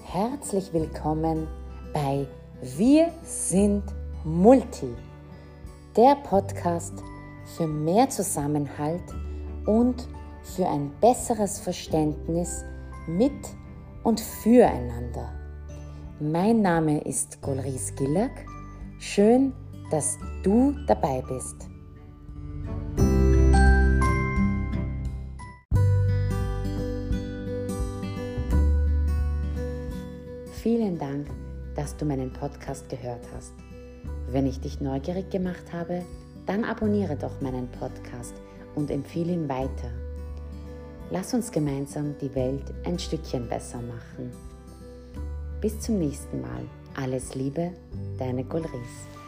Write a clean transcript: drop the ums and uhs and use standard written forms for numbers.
Herzlich willkommen bei Wir sind Multi, der Podcast für mehr Zusammenhalt und für ein besseres Verständnis mit und füreinander. Mein Name ist Golriz Gilak. Schön, dass du dabei bist. Vielen Dank, dass du meinen Podcast gehört hast. Wenn ich dich neugierig gemacht habe, dann abonniere doch meinen Podcast und empfehle ihn weiter. Lass uns gemeinsam die Welt ein Stückchen besser machen. Bis zum nächsten Mal. Alles Liebe, deine Golriz.